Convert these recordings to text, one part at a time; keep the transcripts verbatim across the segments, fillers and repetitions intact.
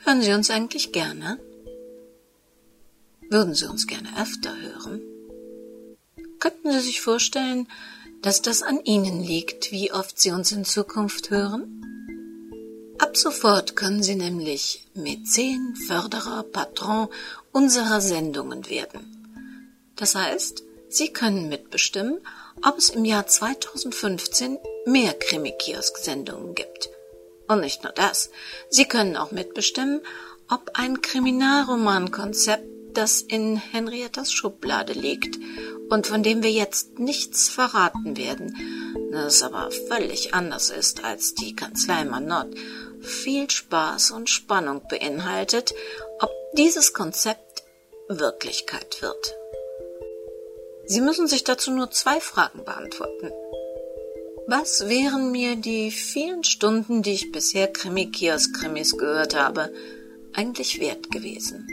Hören Sie uns eigentlich gerne? Würden Sie uns gerne öfter hören? Könnten Sie sich vorstellen, dass das an Ihnen liegt, wie oft Sie uns in Zukunft hören? Ab sofort können Sie nämlich Mäzen, Förderer, Patron unserer Sendungen werden. Das heißt, Sie können mitbestimmen, ob es im Jahr zweitausendfünfzehn mehr Krimi-Kiosk-Sendungen gibt. Und nicht nur das, Sie können auch mitbestimmen, ob ein Kriminalromankonzept, das in Henriettas Schublade liegt und von dem wir jetzt nichts verraten werden, das aber völlig anders ist als die Kanzlei Manott, viel Spaß und Spannung beinhaltet, ob dieses Konzept Wirklichkeit wird. Sie müssen sich dazu nur zwei Fragen beantworten. Was wären mir die vielen Stunden, die ich bisher Krimi-Kiosk-Krimis gehört habe, eigentlich wert gewesen?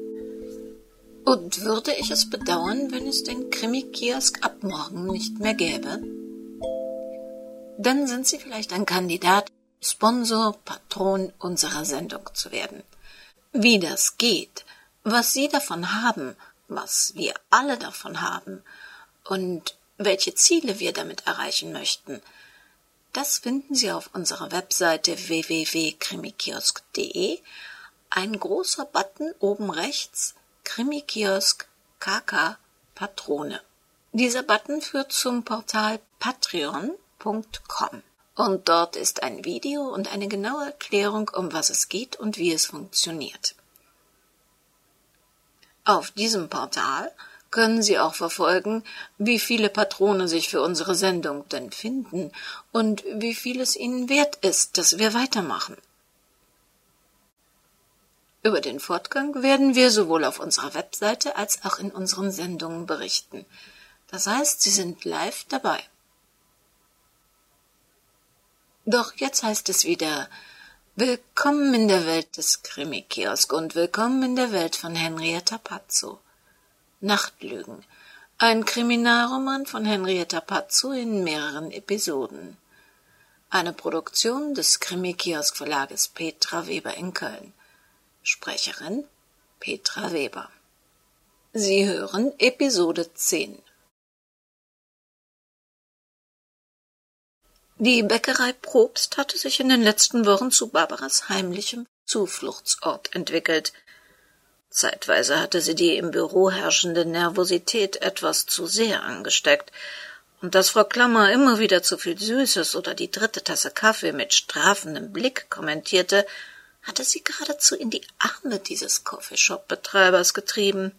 Und würde ich es bedauern, wenn es den Krimi-Kiosk ab morgen nicht mehr gäbe? Dann sind Sie vielleicht ein Kandidat, Sponsor, Patron unserer Sendung zu werden. Wie das geht, was Sie davon haben, was wir alle davon haben und welche Ziele wir damit erreichen möchten, das finden Sie auf unserer Webseite w w w punkt krimikiosk punkt de. Ein großer Button oben rechts, Krimikiosk K K Patrone. Dieser Button führt zum Portal patreon punkt com. Und dort ist ein Video und eine genaue Erklärung, um was es geht und wie es funktioniert. Auf diesem Portal können Sie auch verfolgen, wie viele Patrone sich für unsere Sendung denn finden und wie viel es ihnen wert ist, dass wir weitermachen. Über den Fortgang werden wir sowohl auf unserer Webseite als auch in unseren Sendungen berichten. Das heißt, Sie sind live dabei. Doch jetzt heißt es wieder: Willkommen in der Welt des Krimi-Kiosk und willkommen in der Welt von Henrietta Pazzo. Nachtlügen, ein Kriminalroman von Henrietta Pazzo in mehreren Episoden. Eine Produktion des Krimi-Kiosk-Verlages Petra Weber in Köln. Sprecherin Petra Weber. Sie hören Episode zehn. Die Bäckerei Probst hatte sich in den letzten Wochen zu Barbaras heimlichem Zufluchtsort entwickelt. Zeitweise hatte sie die im Büro herrschende Nervosität etwas zu sehr angesteckt, und dass Frau Klammer immer wieder zu viel Süßes oder die dritte Tasse Kaffee mit strafendem Blick kommentierte, hatte sie geradezu in die Arme dieses Coffeeshop-Betreibers getrieben.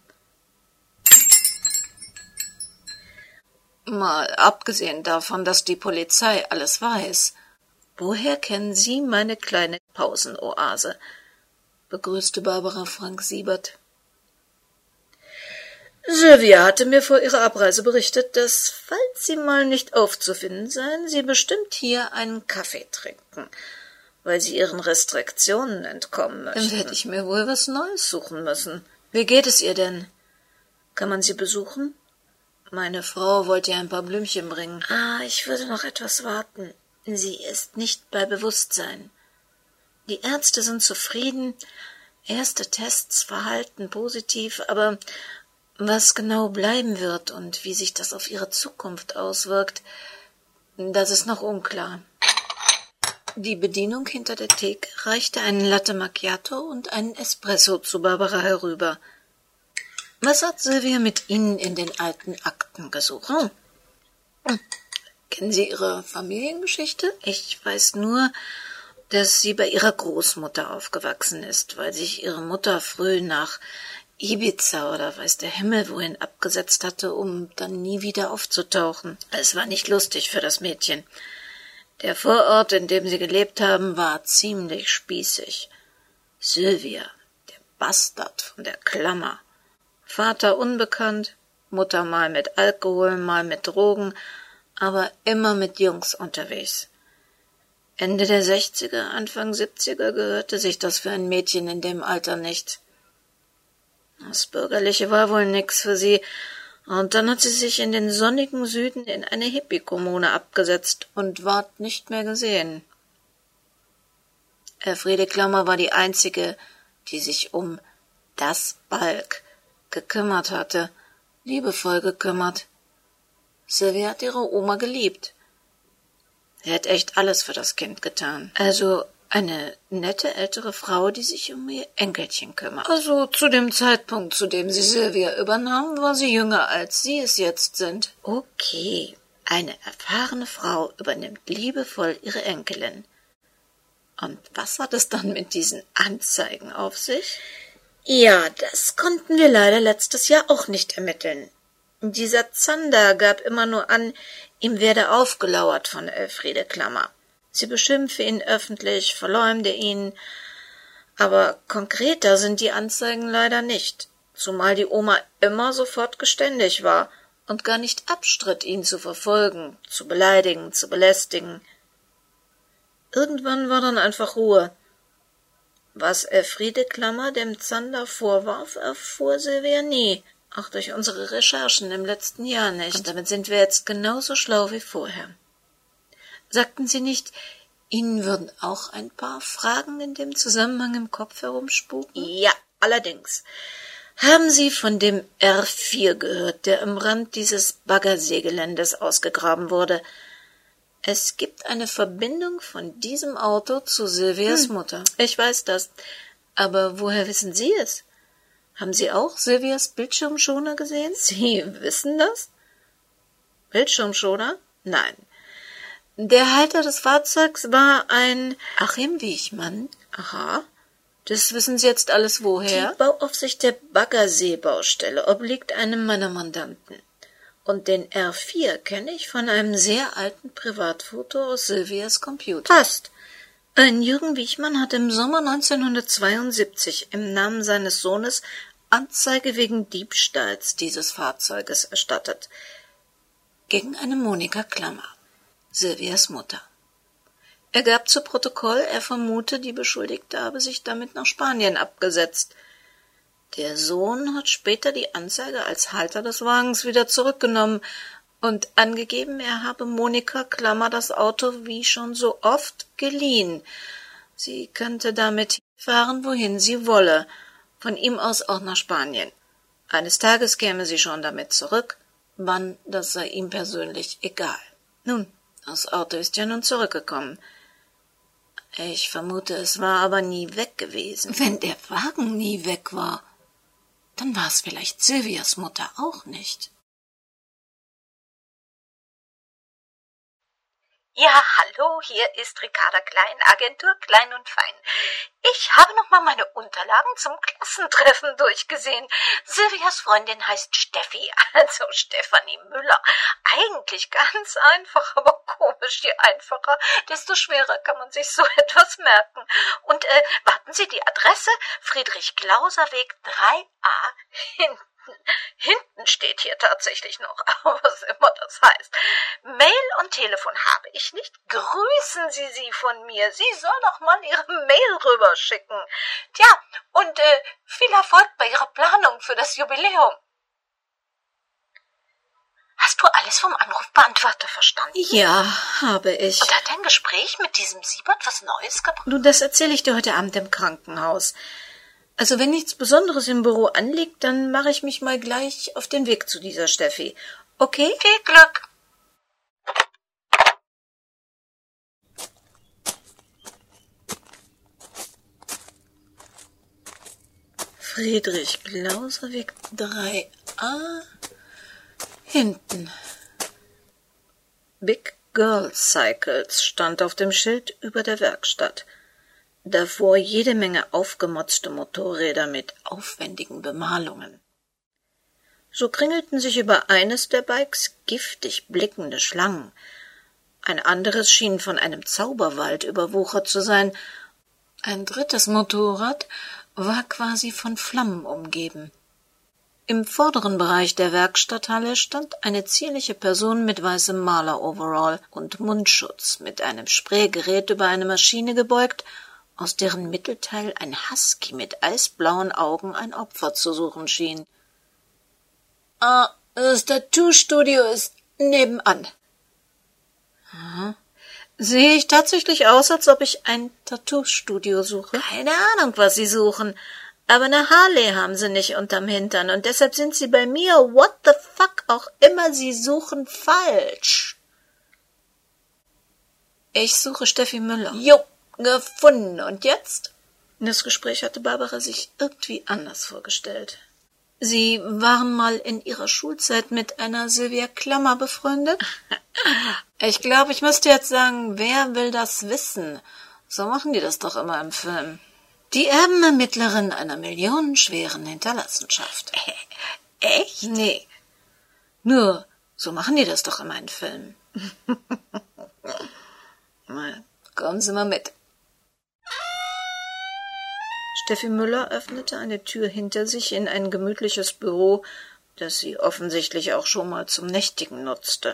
Mal abgesehen davon, dass die Polizei alles weiß, woher kennen Sie meine kleine Pausenoase? Begrüßte Barbara Frank Siebert. Sylvia hatte mir vor ihrer Abreise berichtet, dass, falls Sie mal nicht aufzufinden seien, Sie bestimmt hier einen Kaffee trinken, weil Sie Ihren Restriktionen entkommen möchten. Dann werde ich mir wohl was Neues suchen müssen. Wie geht es ihr denn? Kann man Sie besuchen? Meine Frau wollte ihr ein paar Blümchen bringen. Ah, ich würde noch etwas warten. Sie ist nicht bei Bewusstsein. Die Ärzte sind zufrieden, erste Tests verhalten positiv, aber was genau bleiben wird und wie sich das auf ihre Zukunft auswirkt, das ist noch unklar. Die Bedienung hinter der Theke reichte einen Latte Macchiato und einen Espresso zu Barbara herüber. Was hat Sylvia mit Ihnen in den alten Akten gesucht? Hm. Hm. Kennen Sie Ihre Familiengeschichte? Ich weiß nur, dass sie bei ihrer Großmutter aufgewachsen ist, weil sich ihre Mutter früh nach Ibiza oder weiß der Himmel wohin abgesetzt hatte, um dann nie wieder aufzutauchen. Es war nicht lustig für das Mädchen. Der Vorort, in dem sie gelebt haben, war ziemlich spießig. Sylvia, der Bastard von der Klammer. Vater unbekannt, Mutter mal mit Alkohol, mal mit Drogen, aber immer mit Jungs unterwegs. Ende der sechziger, Anfang siebziger gehörte sich das für ein Mädchen in dem Alter nicht. Das Bürgerliche war wohl nix für sie, und dann hat sie sich in den sonnigen Süden in eine Hippie-Kommune abgesetzt und ward nicht mehr gesehen. Elfriede Klammer war die einzige, die sich um das Balk gekümmert hatte, liebevoll gekümmert. Sylvia hat ihre Oma geliebt. Er hat echt alles für das Kind getan. Also eine nette ältere Frau, die sich um ihr Enkelchen kümmert. Also zu dem Zeitpunkt, zu dem sie Sylvia übernahm, war sie jünger, als sie es jetzt sind. Okay, eine erfahrene Frau übernimmt liebevoll ihre Enkelin. Und was hat es dann mit diesen Anzeigen auf sich? Ja, das konnten wir leider letztes Jahr auch nicht ermitteln. Dieser Zander gab immer nur an, ihm werde aufgelauert von Elfriede Klammer. Sie beschimpfe ihn öffentlich, verleumde ihn, aber konkreter sind die Anzeigen leider nicht, zumal die Oma immer sofort geständig war und gar nicht abstritt, ihn zu verfolgen, zu beleidigen, zu belästigen. Irgendwann war dann einfach Ruhe. Was Elfriede Klammer dem Zander vorwarf, erfuhr Sylvia nie, auch durch unsere Recherchen im letzten Jahr nicht. Und damit sind wir jetzt genauso schlau wie vorher. Sagten Sie nicht, Ihnen würden auch ein paar Fragen in dem Zusammenhang im Kopf herumspuken? Ja, allerdings. Haben Sie von dem R vier gehört, der am Rand dieses Baggerseegeländes ausgegraben wurde? Es gibt eine Verbindung von diesem Auto zu Sylvias hm, Mutter. Ich weiß das. Aber woher wissen Sie es? Haben Sie auch Sylvias Bildschirmschoner gesehen? Sie wissen das? Bildschirmschoner? Nein. Der Halter des Fahrzeugs war ein Achim Wiechmann. Aha. Das wissen Sie jetzt alles woher? Die Bauaufsicht der Baggersee-Baustelle obliegt einem meiner Mandanten. Und den R vier kenne ich von einem sehr alten Privatfoto aus Sylvias Computer. Passt. Ein Jürgen Wiechmann hat im Sommer neunzehnhundertzweiundsiebzig im Namen seines Sohnes Anzeige wegen Diebstahls dieses Fahrzeuges erstattet. Gegen eine Monika Klammer, Sylvias Mutter. Er gab zu Protokoll, er vermute, die Beschuldigte habe sich damit nach Spanien abgesetzt. Der Sohn hat später die Anzeige als Halter des Wagens wieder zurückgenommen und angegeben, er habe Monika Klammer das Auto wie schon so oft geliehen. Sie könnte damit fahren, wohin sie wolle, von ihm aus auch nach Spanien. Eines Tages käme sie schon damit zurück, wann, das sei ihm persönlich egal. Nun, das Auto ist ja nun zurückgekommen. Ich vermute, es war aber nie weg gewesen. Wenn der Wagen nie weg war, dann war es vielleicht Sylvias Mutter auch nicht. Ja, hallo, hier ist Ricarda Klein, Agentur Klein und Fein. Ich habe noch mal meine Unterlagen zum Klassentreffen durchgesehen. Sylvias Freundin heißt Steffi, also Stefanie Müller. Eigentlich ganz einfach, aber komisch, je einfacher, desto schwerer kann man sich so etwas merken. Und äh, warten Sie, die Adresse? Friedrich-Glauser-Weg drei a hinten. Hinten steht hier tatsächlich noch, aber was immer das heißt. Mail und Telefon habe ich nicht. Grüßen Sie sie von mir. Sie soll doch mal ihre Mail rüberschicken. Tja, und äh, viel Erfolg bei Ihrer Planung für das Jubiläum. Hast du alles vom Anrufbeantworter verstanden? Ja, habe ich. Und hat dein Gespräch mit diesem Siebert was Neues gebracht? Du, das erzähle ich dir heute Abend im Krankenhaus. Also wenn nichts Besonderes im Büro anliegt, dann mache ich mich mal gleich auf den Weg zu dieser Steffi. Okay? Viel Glück. Friedrich-Glauser-Weg drei a hinten. Big Girl Cycles stand auf dem Schild über der Werkstatt. Davor jede Menge aufgemotzte Motorräder mit aufwendigen Bemalungen. So kringelten sich über eines der Bikes giftig blickende Schlangen. Ein anderes schien von einem Zauberwald überwuchert zu sein. Ein drittes Motorrad war quasi von Flammen umgeben. Im vorderen Bereich der Werkstatthalle stand eine zierliche Person mit weißem Maler-Overall und Mundschutz mit einem Spraygerät über eine Maschine gebeugt, aus deren Mittelteil ein Husky mit eisblauen Augen ein Opfer zu suchen schien. »Ah, das Tattoo-Studio ist nebenan.« Aha. Sehe ich tatsächlich aus, als ob ich ein Tattoo-Studio suche? Keine Ahnung, was Sie suchen. Aber eine Harley haben Sie nicht unterm Hintern und deshalb sind Sie bei mir, what the fuck auch immer Sie suchen, falsch. Ich suche Steffi Müller. Jo, gefunden. Und jetzt? Das Gespräch hatte Barbara sich irgendwie anders vorgestellt. Sie waren mal in Ihrer Schulzeit mit einer Sylvia Klammer befreundet? Ich glaube, ich müsste jetzt sagen, wer will das wissen? So machen die das doch immer im Film. Die Erbenermittlerin einer millionenschweren Hinterlassenschaft. Äh, echt? Nee. Nur, so machen die das doch immer in Filmen. Mal, kommen Sie mal mit. Steffi Müller öffnete eine Tür hinter sich in ein gemütliches Büro, das sie offensichtlich auch schon mal zum Nächtigen nutzte.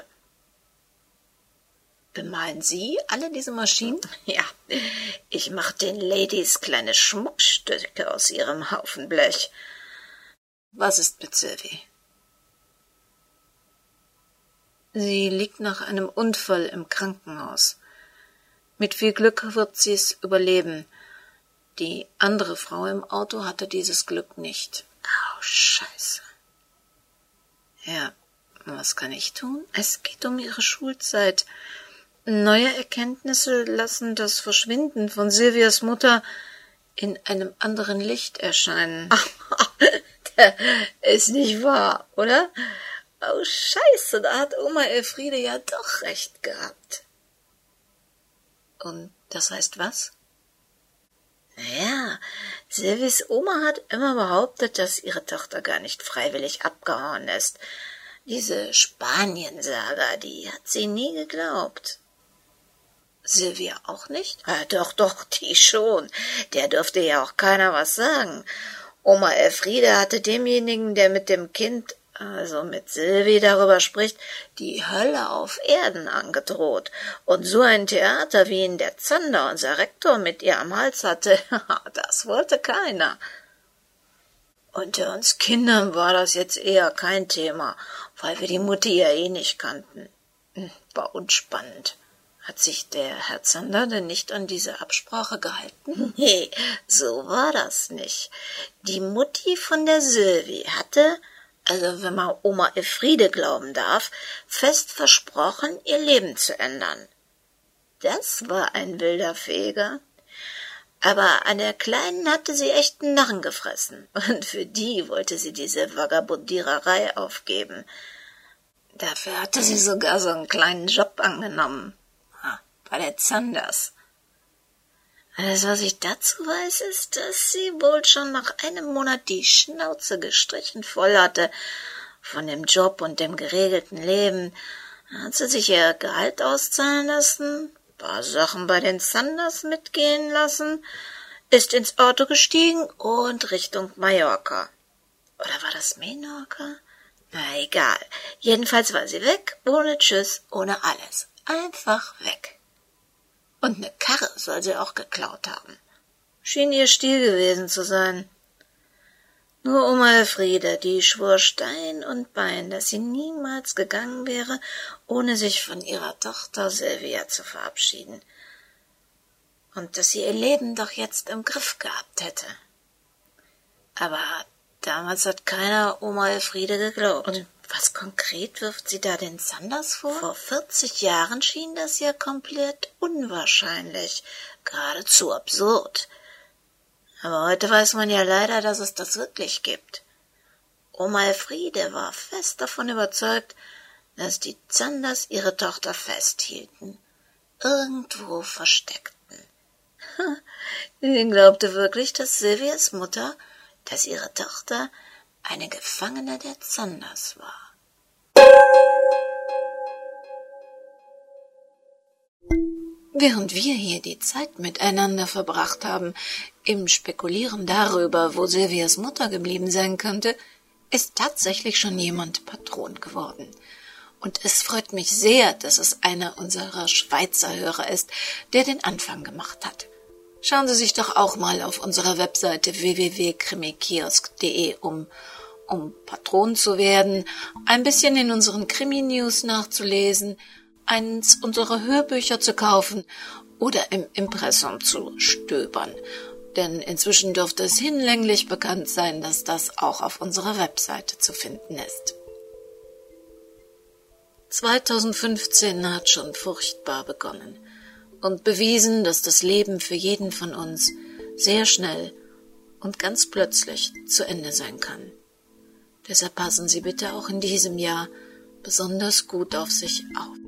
Bemalen Sie alle diese Maschinen? Ja, ich mache den Ladies kleine Schmuckstücke aus ihrem Haufen Blech. Was ist mit Sylvie? Sie liegt nach einem Unfall im Krankenhaus. Mit viel Glück wird sie es überleben. Die andere Frau im Auto hatte dieses Glück nicht. Oh, Scheiße. Ja, was kann ich tun? Es geht um ihre Schulzeit. Neue Erkenntnisse lassen das Verschwinden von Silvias Mutter in einem anderen Licht erscheinen. Ist nicht wahr, oder? Oh, Scheiße, da hat Oma Elfriede ja doch recht gehabt. Und das heißt was? Naja, Silvis Oma hat immer behauptet, dass ihre Tochter gar nicht freiwillig abgehauen ist. Diese Spanien-Saga, die hat sie nie geglaubt. Silvia auch nicht? Ja, doch, doch, die schon. Der durfte ja auch keiner was sagen. Oma Elfriede hatte demjenigen, der mit dem Kind, also mit Silvi, darüber spricht, die Hölle auf Erden angedroht. Und so ein Theater, wie ihn der Zander, unser Rektor, mit ihr am Hals hatte, das wollte keiner. Unter uns Kindern war das jetzt eher kein Thema, weil wir die Mutti ja eh nicht kannten. War unspannend. Hat sich der Herr Zander denn nicht an diese Absprache gehalten? Nee, so war das nicht. Die Mutti von der Sylvie hatte, also wenn man Oma Elfriede glauben darf, fest versprochen, ihr Leben zu ändern. Das war ein wilder Feger. Aber an der Kleinen hatte sie echt einen Narren gefressen, und für die wollte sie diese Vagabundiererei aufgeben. Dafür hatte sie sogar so einen kleinen Job angenommen. Bei der Zanders. Alles, was ich dazu weiß, ist, dass sie wohl schon nach einem Monat die Schnauze gestrichen voll hatte von dem Job und dem geregelten Leben. Hat sie sich ihr Gehalt auszahlen lassen, paar Sachen bei den Zanders mitgehen lassen, ist ins Auto gestiegen und Richtung Mallorca. Oder war das Menorca? Na egal. Jedenfalls war sie weg, ohne Tschüss, ohne alles. Einfach weg. Und eine Karre soll sie auch geklaut haben. Schien ihr Stil gewesen zu sein. Nur Oma Elfriede, die schwor Stein und Bein, dass sie niemals gegangen wäre, ohne sich von ihrer Tochter Silvia zu verabschieden. Und dass sie ihr Leben doch jetzt im Griff gehabt hätte. Aber damals hat keiner Oma Elfriede geglaubt. Und was konkret wirft sie da den Zanders vor? Vor vierzig Jahren schien das ja komplett unwahrscheinlich, geradezu absurd. Aber heute weiß man ja leider, dass es das wirklich gibt. Oma Elfriede war fest davon überzeugt, dass die Zanders ihre Tochter festhielten, irgendwo versteckten. Sie glaubte wirklich, dass Silvias Mutter, dass ihre Tochter eine Gefangene der Zanders war. Während wir hier die Zeit miteinander verbracht haben, im Spekulieren darüber, wo Silvias Mutter geblieben sein könnte, ist tatsächlich schon jemand Patron geworden. Und es freut mich sehr, dass es einer unserer Schweizer Hörer ist, der den Anfang gemacht hat. Schauen Sie sich doch auch mal auf unserer Webseite w w w punkt krimikiosk punkt de um, um Patron zu werden, ein bisschen in unseren Krimi-News nachzulesen eins unserer Hörbücher zu kaufen oder im Impressum zu stöbern. Denn inzwischen dürfte es hinlänglich bekannt sein, dass das auch auf unserer Webseite zu finden ist. zweitausendfünfzehn hat schon furchtbar begonnen und bewiesen, dass das Leben für jeden von uns sehr schnell und ganz plötzlich zu Ende sein kann. Deshalb passen Sie bitte auch in diesem Jahr besonders gut auf sich auf.